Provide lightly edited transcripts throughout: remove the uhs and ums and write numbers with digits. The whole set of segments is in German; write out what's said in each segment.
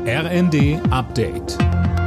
RND Update.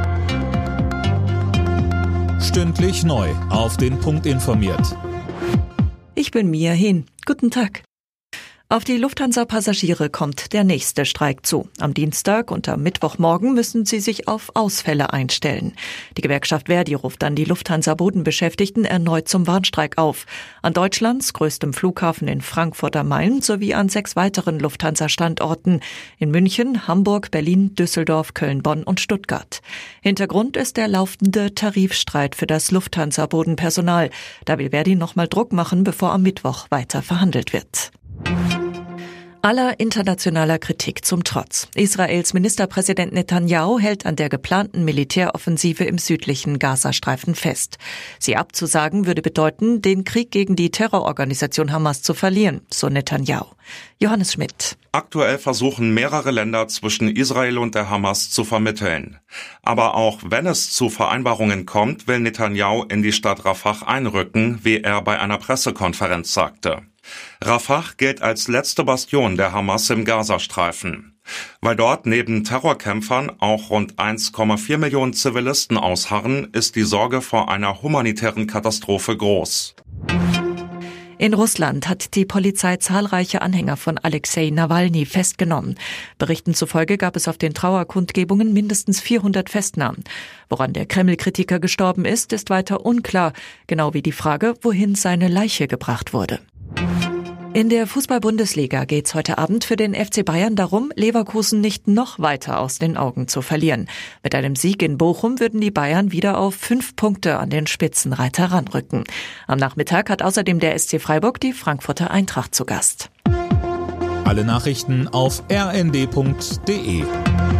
Stündlich neu auf den Punkt informiert. Ich bin Mia Hehn. Guten Tag. Auf die Lufthansa-Passagiere kommt der nächste Streik zu. Am Dienstag und am Mittwochmorgen müssen sie sich auf Ausfälle einstellen. Die Gewerkschaft Verdi ruft dann die Lufthansa-Bodenbeschäftigten erneut zum Warnstreik auf. An Deutschlands größtem Flughafen in Frankfurt am Main sowie an 6 weiteren Lufthansa-Standorten in München, Hamburg, Berlin, Düsseldorf, Köln, Bonn und Stuttgart. Hintergrund ist der laufende Tarifstreit für das Lufthansa-Bodenpersonal. Da will Verdi nochmal Druck machen, bevor am Mittwoch weiter verhandelt wird. Aller internationaler Kritik zum Trotz. Israels Ministerpräsident Netanyahu hält an der geplanten Militäroffensive im südlichen Gazastreifen fest. Sie abzusagen würde bedeuten, den Krieg gegen die Terrororganisation Hamas zu verlieren, so Netanyahu. Johannes Schmidt. Aktuell versuchen mehrere Länder zwischen Israel und der Hamas zu vermitteln. Aber auch wenn es zu Vereinbarungen kommt, will Netanyahu in die Stadt Rafah einrücken, wie er bei einer Pressekonferenz sagte. Rafah gilt als letzte Bastion der Hamas im Gazastreifen. Weil dort neben Terrorkämpfern auch rund 1,4 Millionen Zivilisten ausharren, ist die Sorge vor einer humanitären Katastrophe groß. In Russland hat die Polizei zahlreiche Anhänger von Alexei Nawalny festgenommen. Berichten zufolge gab es auf den Trauerkundgebungen mindestens 400 Festnahmen. Woran der Kreml-Kritiker gestorben ist weiter unklar, genau wie die Frage, wohin seine Leiche gebracht wurde. In der Fußball-Bundesliga geht's heute Abend für den FC Bayern darum, Leverkusen nicht noch weiter aus den Augen zu verlieren. Mit einem Sieg in Bochum würden die Bayern wieder auf 5 Punkte an den Spitzenreiter ranrücken. Am Nachmittag hat außerdem der SC Freiburg die Frankfurter Eintracht zu Gast. Alle Nachrichten auf rnd.de.